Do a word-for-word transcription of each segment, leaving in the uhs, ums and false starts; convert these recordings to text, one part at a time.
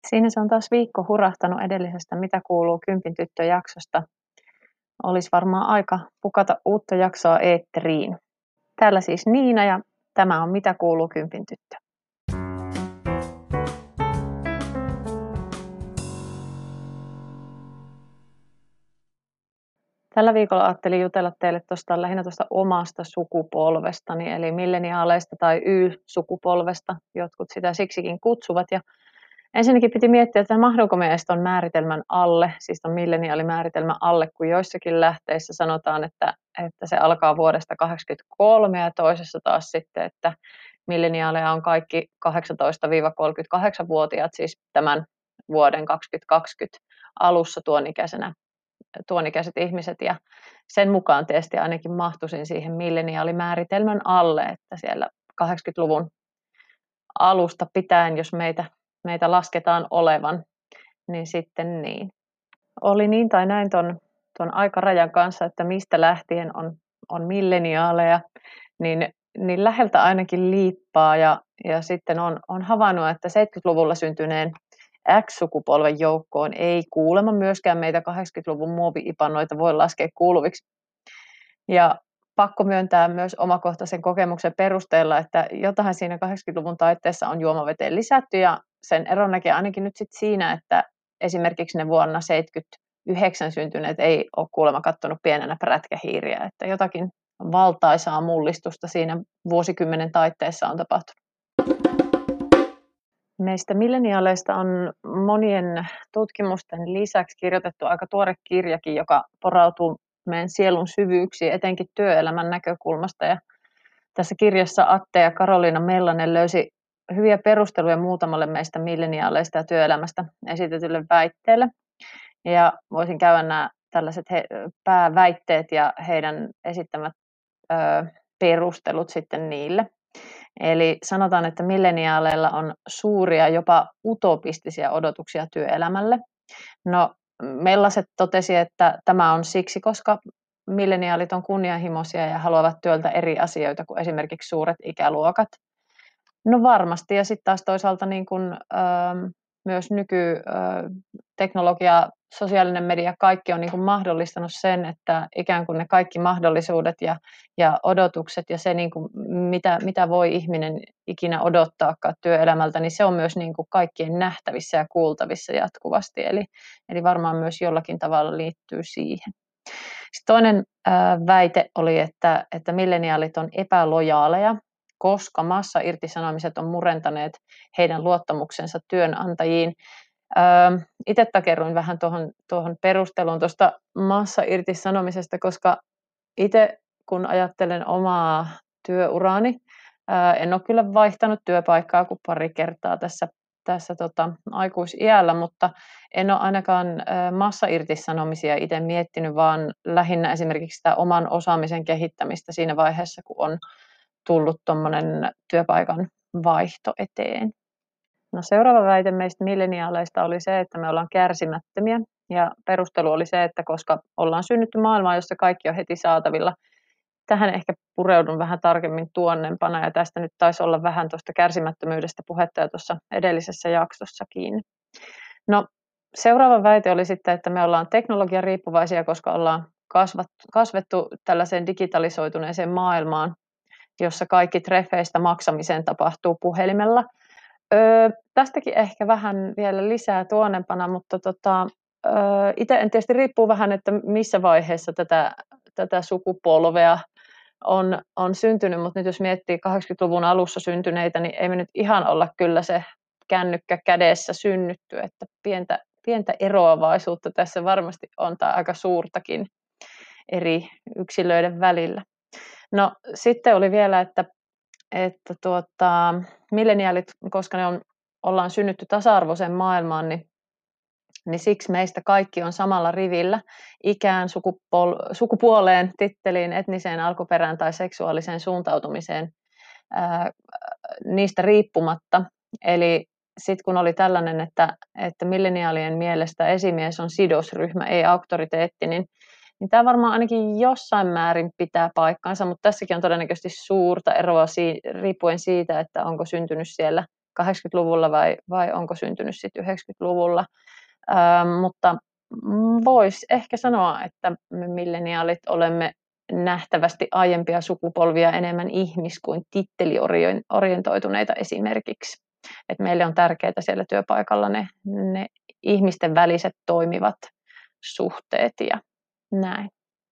Siinä se on taas viikko hurahtanut edellisestä Mitä kuuluu Kympin tyttö-jaksosta. Olisi varmaan aika pukata uutta jaksoa eetteriin. Täällä siis Niina ja tämä on Mitä kuuluu Kympin tyttö. Tällä viikolla ajattelin jutella teille tuosta lähinnä tuosta omasta sukupolvestani, eli milleniaaleista tai Y-sukupolvesta. Jotkut sitä siksikin kutsuvat. Ja ensinnäkin piti miettiä, että mahduuko me edes tuon määritelmän alle, siis tuon milleniaalimääritelmän alle, kun joissakin lähteissä sanotaan, että, että se alkaa vuodesta kahdeksankymmentäkolme ja toisessa taas sitten, että milleniaaleja on kaikki kahdeksantoista kolmekymmentäkahdeksan-vuotiaat, siis tämän vuoden kaksituhattakaksikymmentä alussa tuon ikäisenä tuon ikäiset ihmiset, ja sen mukaan tietysti ainakin mahtuisin siihen milleniaalimääritelmän alle, että siellä kahdeksankymmentäluvun alusta pitäen, jos meitä, meitä lasketaan olevan, niin sitten niin. Oli niin tai näin ton, ton aikarajan kanssa, että mistä lähtien on, on milleniaaleja, niin, niin läheltä ainakin liippaa, ja, ja sitten on, on havainnut, että seitsemänkymmentäluvulla syntyneen X-sukupolven joukkoon ei kuulemma myöskään meitä kahdeksankymmentäluvun muovi-ipanoita voi laskea kuuluviksi. Ja pakko myöntää myös omakohtaisen kokemuksen perusteella, että jotain siinä kahdeksankymmentäluvun taitteessa on juomaveteen lisätty, ja sen eron näkee ainakin nyt sit siinä, että esimerkiksi ne vuonna seitsemänkymmentäyhdeksän syntyneet ei ole kuulemma kattonut pienenä prätkähiiriä, että jotakin valtaisaa mullistusta siinä vuosikymmenen taitteessa on tapahtunut. Meistä milleniaaleista on monien tutkimusten lisäksi kirjoitettu aika tuore kirjakin, joka porautuu meidän sielun syvyyksiin, etenkin työelämän näkökulmasta. Ja tässä kirjassa Atte ja Karoliina Mellanen löysi hyviä perusteluja muutamalle meistä milleniaaleista ja työelämästä esitetylle väitteelle. Ja voisin käydä nämä tällaiset he, pääväitteet ja heidän esittämät ö, perustelut sitten niille. Eli sanotaan, että milleniaaleilla on suuria, jopa utopistisia odotuksia työelämälle. No, Mellaset totesi, että tämä on siksi, koska milleniaalit on kunnianhimoisia ja haluavat työltä eri asioita kuin esimerkiksi suuret ikäluokat. No varmasti, ja sitten taas toisaalta niin kun, ö, myös nykyteknologia, sosiaalinen media, kaikki on niin kun mahdollistanut sen, että ikään kuin ne kaikki mahdollisuudet ja, ja odotukset ja se, niin kun, mitä, mitä voi ihminen ikinä odottaakaan työelämältä, niin se on myös niin kun kaikkien nähtävissä ja kuultavissa jatkuvasti. Eli, eli varmaan myös jollakin tavalla liittyy siihen. Sitten toinen ää, väite oli, että, että milleniaalit on epälojaaleja, koska massairtisanomiset on murentaneet heidän luottamuksensa työnantajiin. Öö, itse takerruin vähän tuohon, tuohon perusteluun tuosta massairtisanomisesta, koska itse kun ajattelen omaa työuraani, öö, en ole kyllä vaihtanut työpaikkaa kuin pari kertaa tässä, tässä tota, aikuisiällä, mutta en ole ainakaan öö, massairtisanomisia itse miettinyt, vaan lähinnä esimerkiksi sitä oman osaamisen kehittämistä siinä vaiheessa, kun on tullut tuommoinen työpaikan vaihto eteen. No, seuraava väite meistä milleniaaleista oli se, että me ollaan kärsimättömiä, ja perustelu oli se, että koska ollaan synnytty maailmaan, jossa kaikki on heti saatavilla. Tähän ehkä pureudun vähän tarkemmin tuonnempana, ja tästä nyt taisi olla vähän tuosta kärsimättömyydestä puhetta jo tuossa edellisessä jaksossakin. No, seuraava väite oli sitten, että me ollaan teknologiariippuvaisia, koska ollaan kasvattu, kasvettu tällaiseen digitalisoituneeseen maailmaan, jossa kaikki treffeistä maksamiseen tapahtuu puhelimella. Öö, tästäkin ehkä vähän vielä lisää tuonnempana, mutta tota, öö, itse en tietysti riippuu vähän, että missä vaiheessa tätä, tätä sukupolvea on, on syntynyt, mutta nyt jos miettii kahdeksankymmentäluvun alussa syntyneitä, niin ei me nyt ihan olla kyllä se kännykkä kädessä synnytty, että pientä, pientä eroavaisuutta tässä varmasti on, tai aika suurtakin eri yksilöiden välillä. No, sitten oli vielä, että, että tuota, milleniaalit, koska ne on, ollaan synnytty tasa-arvoiseen maailmaan, niin, niin siksi meistä kaikki on samalla rivillä ikään, sukupol- sukupuoleen, titteliin, etniseen alkuperään tai seksuaaliseen suuntautumiseen ää, niistä riippumatta. Eli sitten kun oli tällainen, että, että milleniaalien mielestä esimies on sidosryhmä, ei auktoriteetti, niin Niin tämä varmaan ainakin jossain määrin pitää paikkansa, mutta tässäkin on todennäköisesti suurta eroa si- riippuen siitä, että onko syntynyt siellä kahdeksankymmentäluvulla vai, vai onko syntynyt sitten yhdeksänkymmentäluvulla. Ähm, mutta voisi ehkä sanoa, että me milleniaalit olemme nähtävästi aiempia sukupolvia enemmän ihmis- kuin titteliorientoituneita esimerkiksi. Et meille on tärkeää siellä työpaikalla ne, ne ihmisten väliset toimivat suhteet ja näin.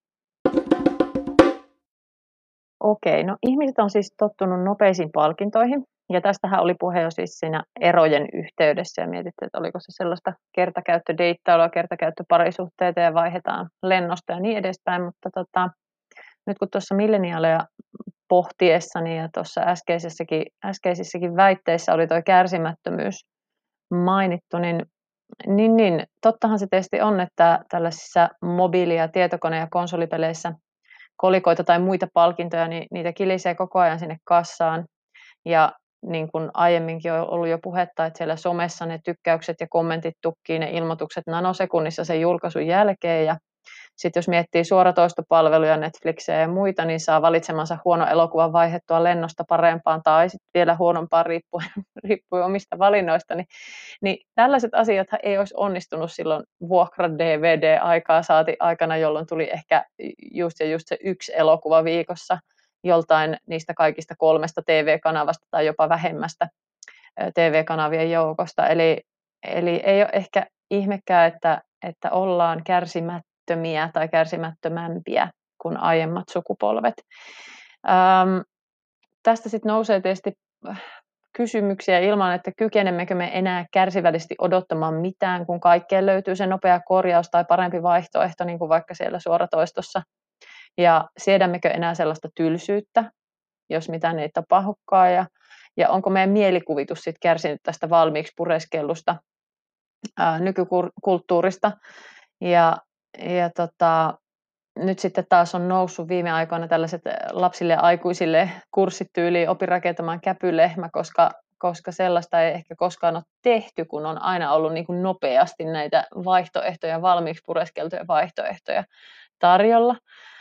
Okei, no ihmiset on siis tottunut nopeisiin palkintoihin, ja tästähän oli puhe jo siis siinä erojen yhteydessä, ja mietittiin, että oliko se sellaista kertakäyttödeittailua, kertakäyttöparisuhteita, ja vaihdetaan lennosta ja niin edespäin, mutta tota, nyt kun tuossa milleniaaleja pohtiessani ja tuossa äskeisessäkin, äskeisissäkin väitteissä oli tuo kärsimättömyys mainittu, niin, niin, niin tottahan se tietysti on, että tällaisissa mobiili- ja tietokone- ja konsolipeleissä kolikoita tai muita palkintoja, niin niitä kilisee koko ajan sinne kassaan. Ja niin kuin aiemminkin on ollut jo puhetta, että siellä somessa ne tykkäykset ja kommentit tukkii ne ilmoitukset nanosekunnissa sen julkaisun jälkeen. Ja sitten jos miettii suoratoistopalveluja, Netflixejä ja muita, niin saa valitsemansa huono elokuvan vaihdettua lennosta parempaan tai sitten vielä huonompaan riippuen, riippuen omista valinnoista. Niin, niin tällaiset asiat ei olisi onnistunut silloin vuokra-D V D-aikaa saati aikana, jolloin tuli ehkä just ja just se yksi elokuva viikossa joltain niistä kaikista kolmesta T V-kanavasta tai jopa vähemmästä T V-kanavien joukosta. Eli, eli ei ole ehkä ihmekään, että, että ollaan kärsimättömiä tai kärsimättömämpiä kuin aiemmat sukupolvet. Ähm, tästä sitten nousee tietysti kysymyksiä ilman, että kykenemmekö me enää kärsivällisesti odottamaan mitään, kun kaikkeen löytyy se nopea korjaus tai parempi vaihtoehto, niin kuin vaikka siellä suoratoistossa. Ja siedämmekö enää sellaista tylsyyttä, jos mitään ei tapahdukaan, ja, ja onko meidän mielikuvitus sit kärsinyt tästä valmiiksi pureskellusta ää, nykykulttuurista. Ja, ja tota, nyt sitten taas on noussut viime aikoina tällaiset lapsille ja aikuisille kurssit tyyliin opi rakentamaan käpylehmä, koska, koska sellaista ei ehkä koskaan ole tehty, kun on aina ollut niin kuin nopeasti näitä vaihtoehtoja, valmiiksi pureskeltuja vaihtoehtoja tarjolla.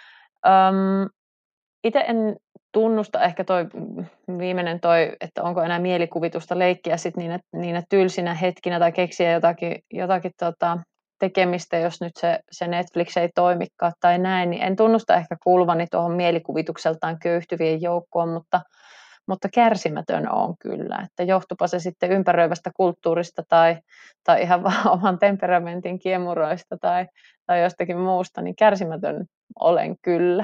Öm, itse en tunnusta ehkä toi viimeinen toi, että onko enää mielikuvitusta leikkiä sit niinä, niinä tylsinä hetkinä tai keksiä jotakin, jotakin tota, tekemistä, jos nyt se, se Netflix ei toimikaan tai näin, niin en tunnusta ehkä kuuluvani tuohon mielikuvitukseltaan köyhtyvien joukkoon, mutta, mutta kärsimätön on kyllä, että johtupa se sitten ympäröivästä kulttuurista tai, tai ihan vaan oman temperamentin kiemuroista tai, tai jostakin muusta, niin kärsimätön olen kyllä.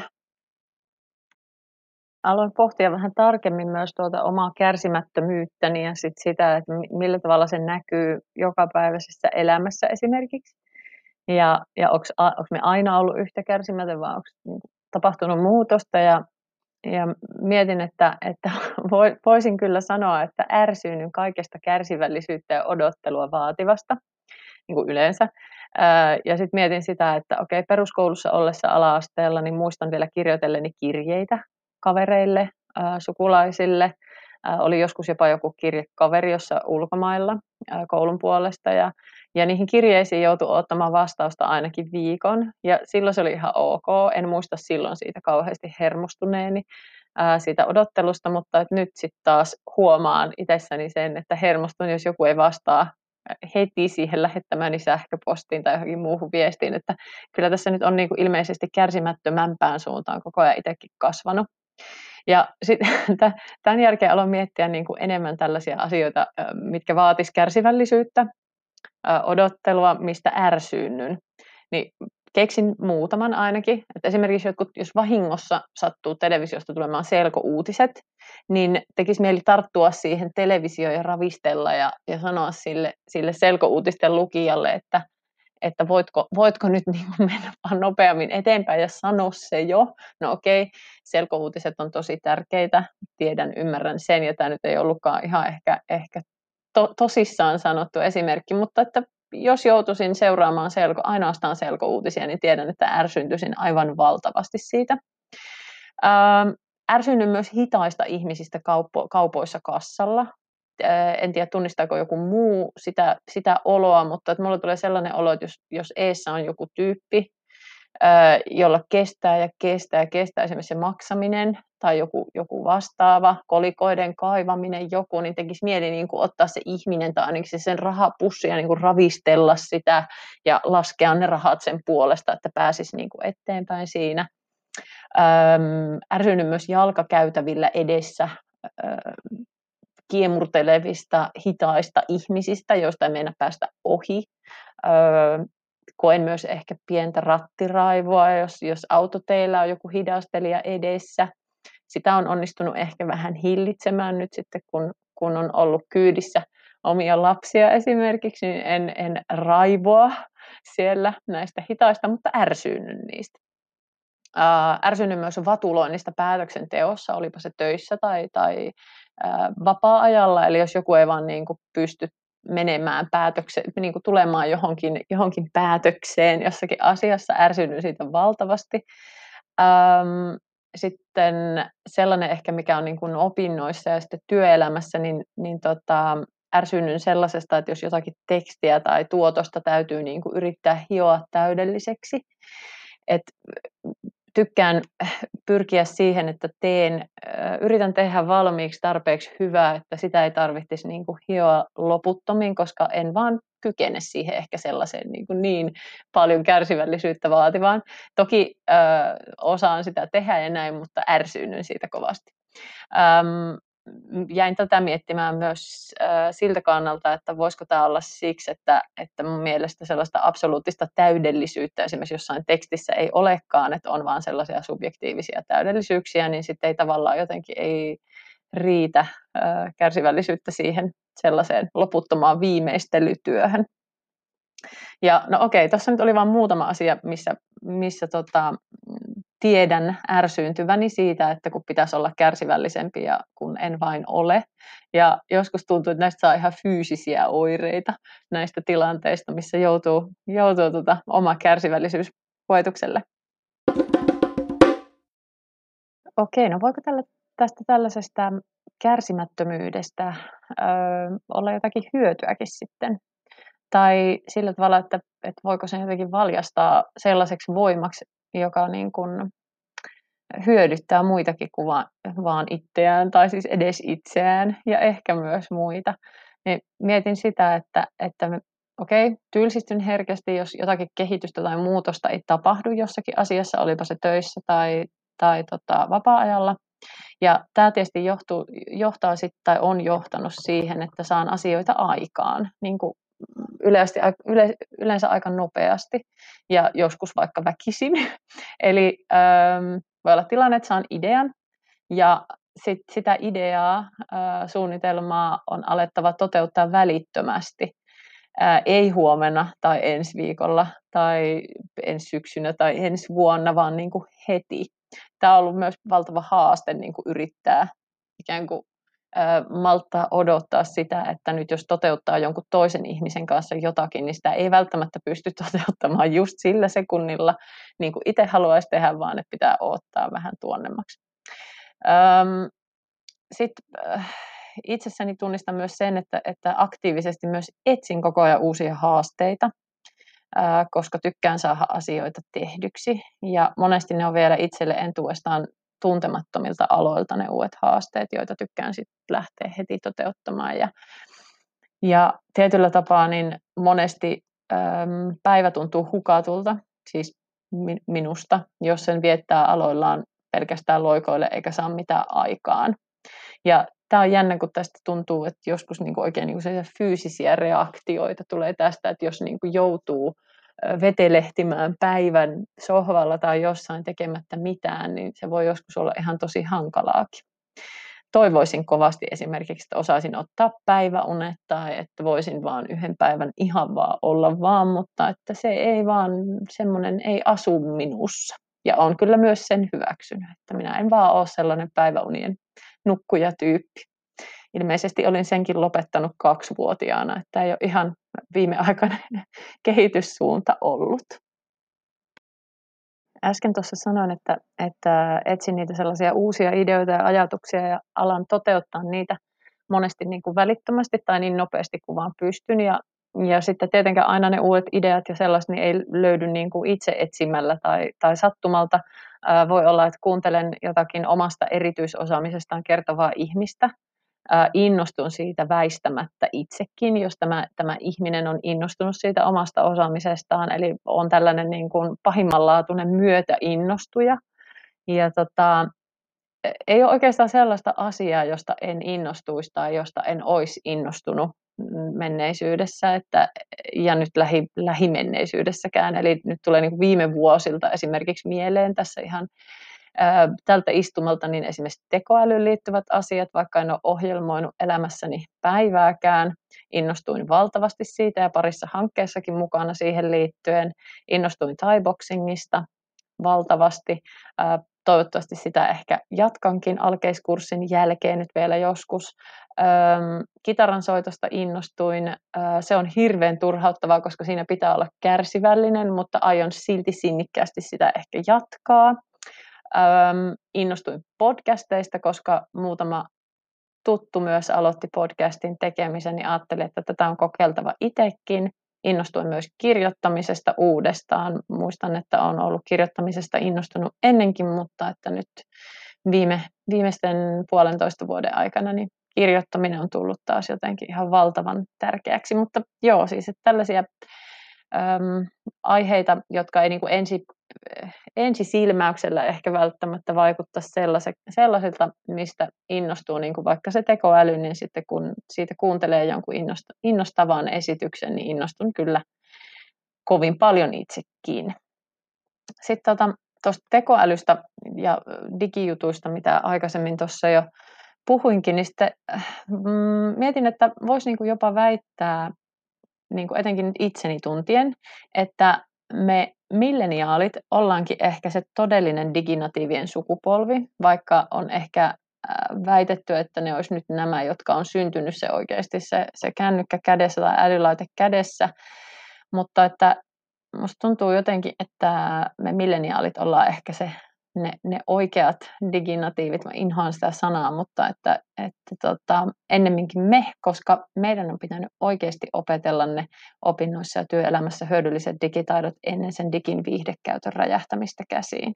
Aloin pohtia vähän tarkemmin myös tuota omaa kärsimättömyyttäni ja sit sitä, että millä tavalla se näkyy jokapäiväisessä elämässä esimerkiksi. Ja, ja onko me aina ollut yhtä kärsimätön vai onko niinku tapahtunut muutosta. Ja, ja mietin, että, että voisin kyllä sanoa, että ärsyyn kaikesta kärsivällisyyttä ja odottelua vaativasta, niin kuin yleensä. Ja sitten mietin sitä, että okei, peruskoulussa ollessa ala-asteella, niin muistan vielä kirjoitelleni kirjeitä kavereille, ää, sukulaisille. Ää, oli joskus jopa joku kirjekaveri jossa ulkomailla ää, koulun puolesta. Ja, ja niihin kirjeisiin joutui ottamaan vastausta ainakin viikon. Ja silloin se oli ihan ok. En muista silloin siitä kauheasti hermostuneeni ää, siitä odottelusta, mutta et nyt sitten taas huomaan itsessäni sen, että hermostun, jos joku ei vastaa heti siihen lähettämäni sähköpostiin tai johonkin muuhun viestiin, että kyllä tässä nyt on niin kuin ilmeisesti kärsimättömämpään suuntaan koko ajan itsekin kasvanut. Ja sitten tämän jälkeen aloin miettiä niin kuin enemmän tällaisia asioita, mitkä vaatis kärsivällisyyttä, odottelua, mistä ärsynnyn. Niin keksin muutaman ainakin. Että esimerkiksi jotkut, jos vahingossa sattuu televisiosta tulemaan selkouutiset, niin tekisi mieli tarttua siihen televisioon ja ravistella ja, ja sanoa sille, sille selkouutisten lukijalle, että, että voitko, voitko nyt niin kuin mennä vaan nopeammin eteenpäin ja sanoa se jo. No okei, selkouutiset on tosi tärkeitä, tiedän, ymmärrän sen, ja tämä nyt ei ollutkaan ihan ehkä, ehkä to, tosissaan sanottu esimerkki, mutta että jos joutuisin seuraamaan selko, ainoastaan selkouutisia, niin tiedän, että ärsyyntyisin aivan valtavasti siitä. Ähm, ärsyynnyn myös hitaista ihmisistä kaupo, kaupoissa kassalla. Äh, en tiedä, tunnistaako joku muu sitä, sitä oloa, mutta että mulla tulee sellainen olo, että jos, jos eessä on joku tyyppi, jolla kestää ja kestää ja kestää esimerkiksi se maksaminen tai joku, joku vastaava, kolikoiden kaivaminen joku, niin tekisi mieli niin kuin ottaa se ihminen tai ainakin sen rahapussi ja niin kuin ravistella sitä ja laskea ne rahat sen puolesta, että pääsisi niin kuin eteenpäin siinä. Öm, ärsynyt myös jalkakäytävillä edessä öö, kiemurtelevista, hitaista ihmisistä, joista ei meinaa päästä ohi. Öö, koen myös ehkä pientä rattiraivoa, jos, jos autoteillä on joku hidastelija edessä. Sitä on onnistunut ehkä vähän hillitsemään nyt sitten, kun, kun on ollut kyydissä omia lapsia esimerkiksi, niin en, en raivoa siellä näistä hitaista, mutta ärsynyt niistä. Ää, ärsynyt myös vatuloinnista päätöksenteossa, olipa se töissä tai, tai ää, vapaa-ajalla, eli jos joku ei vaan niin kuin pysty menemään päätökseen, niin kuin tulemaan johonkin, johonkin päätökseen jossakin asiassa, ärsynyt siitä valtavasti. Ähm, sitten sellainen ehkä, mikä on niin kuin opinnoissa ja sitten työelämässä, niin, niin tota, ärsynnyn sellaisesta, että jos jotakin tekstiä tai tuotosta täytyy niin kuin yrittää hioa täydelliseksi. Et tykkään pyrkiä siihen, että teen, yritän tehdä valmiiksi tarpeeksi hyvää, että sitä ei tarvitsisi niin kuin hioa loputtomiin, koska en vaan kykene siihen ehkä sellaiseen niin, kuin niin paljon kärsivällisyyttä vaativaan. Toki ö, osaan sitä tehdä ja näin, mutta ärsynnyn siitä kovasti. Öm, jäin tätä miettimään myös äh, siltä kannalta, että voisiko tämä olla siksi, että, että mun mielestä sellaista absoluuttista täydellisyyttä esimerkiksi jossain tekstissä ei olekaan, että on vaan sellaisia subjektiivisia täydellisyyksiä, niin sitten ei tavallaan jotenkin ei riitä äh, kärsivällisyyttä siihen sellaiseen loputtomaan viimeistelytyöhön. Ja no okei, tuossa nyt oli vain muutama asia, missä, missä tota, tiedän ärsyyntyväni siitä, että kun pitäisi olla kärsivällisempi ja kun en vain ole. Ja joskus tuntuu, että näistä saa ihan fyysisiä oireita näistä tilanteista, missä joutuu, joutuu tota, oma kärsivällisyys koetukselle. Okei, no voiko tällä, tästä tällaisesta kärsimättömyydestä öö, olla jotakin hyötyäkin sitten? Tai sillä tavalla, että, että voiko sen jotenkin valjastaa sellaiseksi voimaksi, joka niin kuin hyödyttää muitakin kuin vaan, vaan itseään tai siis edes itseään ja ehkä myös muita. Niin mietin sitä, että, että okei, okay, tylsistyn herkästi, jos jotakin kehitystä tai muutosta ei tapahdu jossakin asiassa, olipa se töissä tai, tai tota, vapaa-ajalla. Ja tämä tietysti johtuu, johtaa sit, tai on johtanut siihen, että saan asioita aikaan, niin kuin yleensä, yle, yleensä aika nopeasti ja joskus vaikka väkisin. Eli ähm, voi olla tilanne, että saan idean ja sit sitä ideaa, äh, suunnitelmaa on alettava toteuttaa välittömästi. Äh, ei huomenna tai ensi viikolla tai ensi syksynä tai ensi vuonna, vaan niin kuin heti. Tämä on ollut myös valtava haaste niin kuin yrittää ikään kuin malttaa odottaa sitä, että nyt jos toteuttaa jonkun toisen ihmisen kanssa jotakin, niin sitä ei välttämättä pysty toteuttamaan just sillä sekunnilla, niin kuin itse haluaisi tehdä, vaan että pitää odottaa vähän tuonnemmaksi. Sitten itsessäni tunnistan myös sen, että, että aktiivisesti myös etsin koko ajan uusia haasteita, koska tykkään saada asioita tehdyksi. Ja monesti ne on vielä itselle entuudestaan tuntemattomilta aloilta ne uudet haasteet, joita tykkään sitten lähteä heti toteuttamaan. Ja, ja tietyllä tapaa niin monesti äm, päivä tuntuu hukatulta, siis mi- minusta, jos sen viettää aloillaan pelkästään loikoille eikä saa mitään aikaan. Ja tämä on jännä, kun tästä tuntuu, että joskus niinku oikein niinku fyysisiä reaktioita tulee tästä, että jos niinku joutuu vetelehtimään päivän sohvalla tai jossain tekemättä mitään, niin se voi joskus olla ihan tosi hankalaakin. Toivoisin kovasti esimerkiksi, että osaisin ottaa päiväunet tai että voisin vaan yhden päivän ihan vaan olla vaan, mutta että se ei vaan, semmoinen ei asu minussa. Ja on kyllä myös sen hyväksynyt, että minä en vaan ole sellainen päiväunien nukkuja tyyppi. Ilmeisesti olin senkin lopettanut kaksivuotiaana, että ei ole ihan viimeaikainen kehityssuunta ollut. Äsken tuossa sanoin, että, että etsin niitä sellaisia uusia ideoita ja ajatuksia ja alan toteuttaa niitä monesti niin kuin välittömästi tai niin nopeasti kuin vaan pystyn. Ja ja sitten tietenkään aina ne uudet ideat ja sellaiset niin ei löydy niin kuin itse etsimällä tai, tai sattumalta. Ää, voi olla, että kuuntelen jotakin omasta erityisosaamisestaan kertovaa ihmistä. Ää, innostun siitä väistämättä itsekin, jos tämä, tämä ihminen on innostunut siitä omasta osaamisestaan. Eli on tällainen niin kuin pahimmanlaatuinen myötäinnostuja. Ja tota, ei ole oikeastaan sellaista asiaa, josta en innostuisi tai josta en olisi innostunut menneisyydessä että, ja nyt lähi, lähimenneisyydessäkään. Eli nyt tulee niin kuin viime vuosilta esimerkiksi mieleen tässä ihan ää, tältä istumalta niin esimerkiksi tekoälyyn liittyvät asiat, vaikka en ole ohjelmoinut elämässäni päivääkään. Innostuin valtavasti siitä ja parissa hankkeessakin mukana siihen liittyen. Innostuin thai-boxingista valtavasti. Ää, Toivottavasti sitä ehkä jatkankin alkeiskurssin jälkeen nyt vielä joskus. Öm, kitaran soitosta innostuin. Ö, se on hirveän turhauttavaa, koska siinä pitää olla kärsivällinen, mutta aion silti sinnikkäästi sitä ehkä jatkaa. Öm, innostuin podcasteista, koska muutama tuttu myös aloitti podcastin tekemisen ja ajattelin, että tätä on kokeiltava itsekin. Innostuin myös kirjoittamisesta uudestaan. Muistan, että olen ollut kirjoittamisesta innostunut ennenkin, mutta että nyt viime, viimeisten puolentoista vuoden aikana niin kirjoittaminen on tullut taas jotenkin ihan valtavan tärkeäksi. Mutta joo, siis että tällaisia äm, aiheita, jotka ei niin kuin ensi, ensisilmäyksellä ehkä välttämättä vaikuttaa sellaisilta, mistä innostuu niin kuin vaikka se tekoäly, niin sitten kun siitä kuuntelee jonkun innostavan esityksen, niin innostun kyllä kovin paljon itsekin. Sitten tuosta tota, tekoälystä ja digijutuista, mitä aikaisemmin tuossa jo puhuinkin, niin sitten mm, mietin, että voisi niin kuin jopa väittää, niin kuin etenkin nyt itseni tuntien, että me milleniaalit ollaankin ehkä se todellinen diginatiivien sukupolvi, vaikka on ehkä väitetty, että ne olisi nyt nämä, jotka on syntynyt se oikeasti se, se kännykkä kädessä tai älylaite kädessä, mutta että musta tuntuu jotenkin, että me milleniaalit ollaan ehkä se Ne, ne oikeat diginatiivit, mä inhoan sitä sanaa, mutta että, että tota, ennemminkin me, koska meidän on pitänyt oikeasti opetella ne opinnoissa ja työelämässä hyödylliset digitaidot ennen sen digin viihdekäytön räjähtämistä käsiin.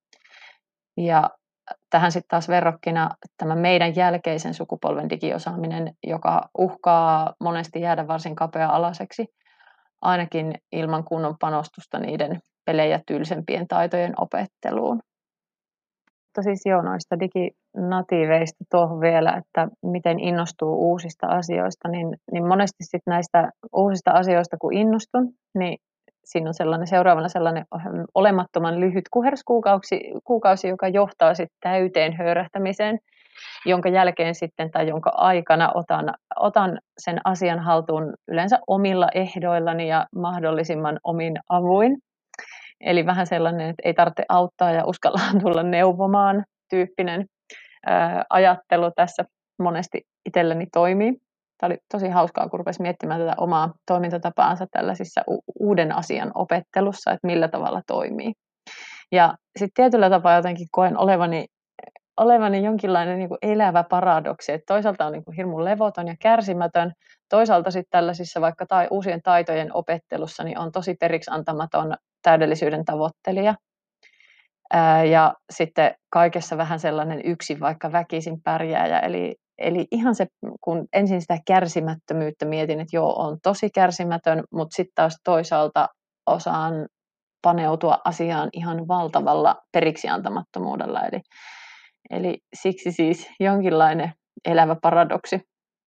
Ja tähän sitten taas verrokkina tämä meidän jälkeisen sukupolven digiosaaminen, joka uhkaa monesti jäädä varsin kapea-alaiseksi, ainakin ilman kunnon panostusta niiden pelejä tylsempien taitojen opetteluun. Mutta siis joo, noista diginatiiveista tuohon vielä, että miten innostuu uusista asioista, niin, niin monesti sit näistä uusista asioista, kun innostun, niin siinä on sellainen, seuraavana sellainen olemattoman lyhyt kuheruskuukausi, kuukausi, joka johtaa sitten täyteen höyrähtämiseen, jonka jälkeen sitten tai jonka aikana otan, otan sen asian haltuun yleensä omilla ehdoillani ja mahdollisimman omin avuin. Eli vähän sellainen, että ei tarvitse auttaa ja uskallaan tulla neuvomaan tyyppinen ää, ajattelu tässä monesti itselläni toimii. Tämä oli tosi hauskaa, kun rupesi miettimään tätä omaa toimintatapaansa tällaisissa u- uuden asian opettelussa, että millä tavalla toimii. Ja sitten tietyllä tapaa jotenkin koen olevani, olevani jonkinlainen niin kuin elävä paradoksi, että toisaalta on niin kuin hirmu levoton ja kärsimätön, toisaalta sitten tällaisissa vaikka tai uusien taitojen opettelussa niin on tosi periksi antamaton täydellisyyden tavoittelija. Ää, ja sitten kaikessa vähän sellainen yksin vaikka väkisin pärjääjä. Eli, eli ihan se, kun ensin sitä kärsimättömyyttä mietin, että joo, on tosi kärsimätön, mutta sitten taas toisaalta osaan paneutua asiaan ihan valtavalla periksi antamattomuudella. Eli, eli siksi siis jonkinlainen elävä paradoksi.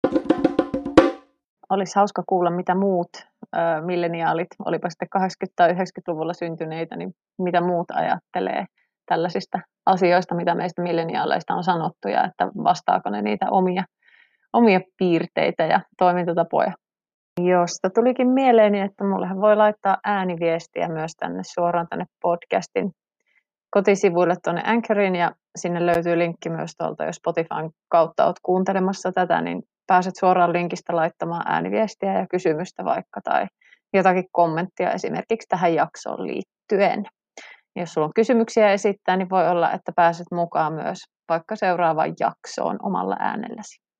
Olisi hauska kuulla, mitä muut ö, milleniaalit, olipa sitten kahdeksankymmentä- tai yhdeksänkymmentäluvulla syntyneitä, niin mitä muut ajattelee tällaisista asioista, mitä meistä milleniaaleista on sanottu, ja että vastaako ne niitä omia, omia piirteitä ja toimintatapoja. Josta tulikin mieleeni, että mullehan voi laittaa ääniviestiä myös tänne suoraan tänne podcastin kotisivuille tuonne Anchoriin, ja sinne löytyy linkki myös tuolta, jos Spotifyn kautta olet kuuntelemassa tätä, niin pääset suoraan linkistä laittamaan ääniviestiä ja kysymystä vaikka tai jotakin kommenttia esimerkiksi tähän jaksoon liittyen. Jos sulla on kysymyksiä esittää, niin voi olla, että pääset mukaan myös vaikka seuraavaan jaksoon omalla äänelläsi.